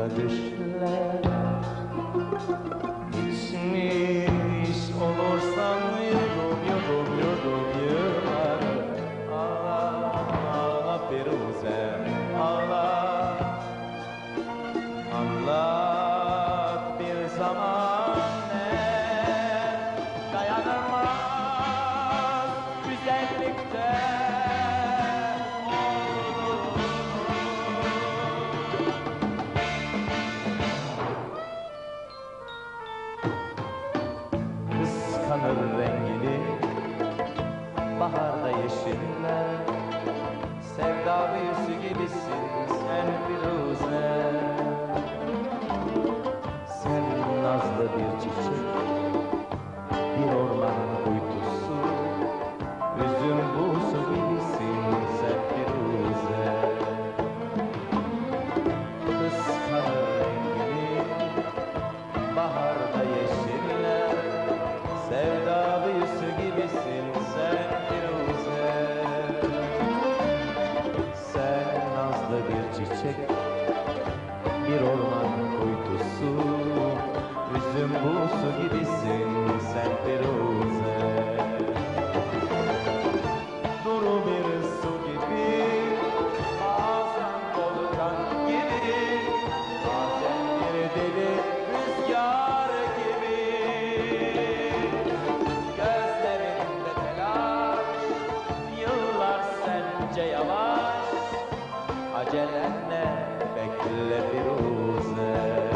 düşler. İçmiş olursam yudum yıllar. Ağla ağla Firuze ağla. Anlat bir zaman ne dayanılmaz güzellikte. Kıskanır rengini baharda yeşiller. Sevda büyüsü gibisin sen Firuze. Sen nazlı bir çiçek, bir orman kuytusu, üzüm buğusu gibisin sen Firuze. Kıskanır rengini baharda yeşiller. Sevda büyüsü gibisin sen Firuze. Sen nazlı bir çiçek, bir orman kuytusu, üzüm buğusu gibisin sen Firuze. Duru bir su gibi, bazen volkan gibi, bazen bir deli rüzgar gibi. Gözlerinde telaş, yıllar sence yavaş. Acelen ne, bekle Firuze.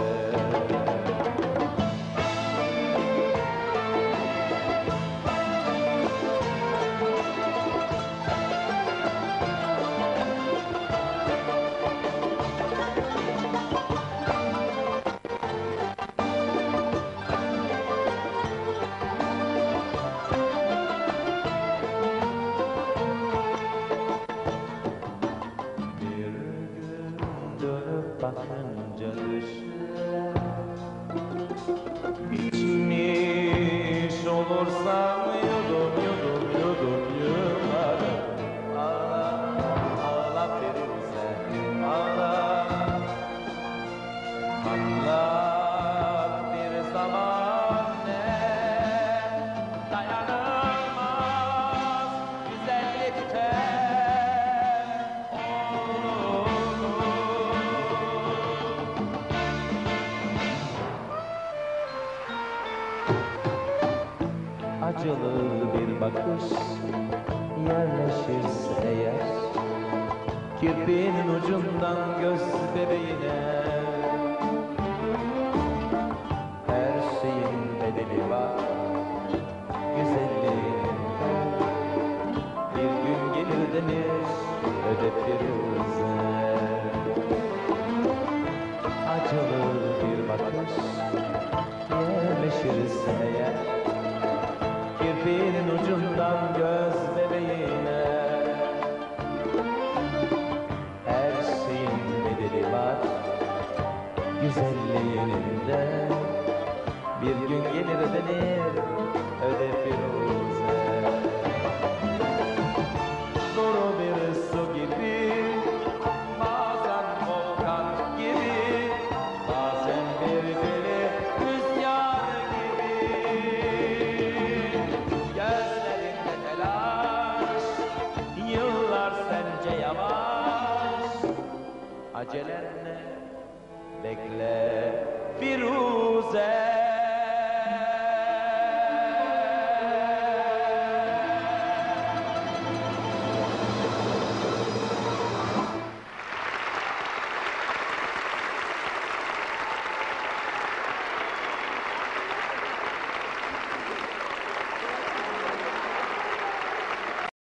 Bakınca düşler. İçmiş olursam yudum yıllar. Ağla ağla Firuze ağla. Anlat bir zaman ne dayanılmaz güzellikte. Acılı bir bakış yerleşirse eğer, kirpiğinin ucundan göz bebeğine. Her şeyin bedeli var güzelliğinde. Bir gün gelir denir öde Firuze. Acılı bir bakış yerleşirse eğer, kirpiğinin ucundan göz bebeğine. Her şeyin bedeli var güzelliğinde. Bir gün gelir ödenir öde Firuze. Duru bir su gibi, bazen volkan gibi, bazen bir deli rüzgar gibi. Gözlerinde telaş, yıllar sence yavaş. Acelen ne, bekle Firuze.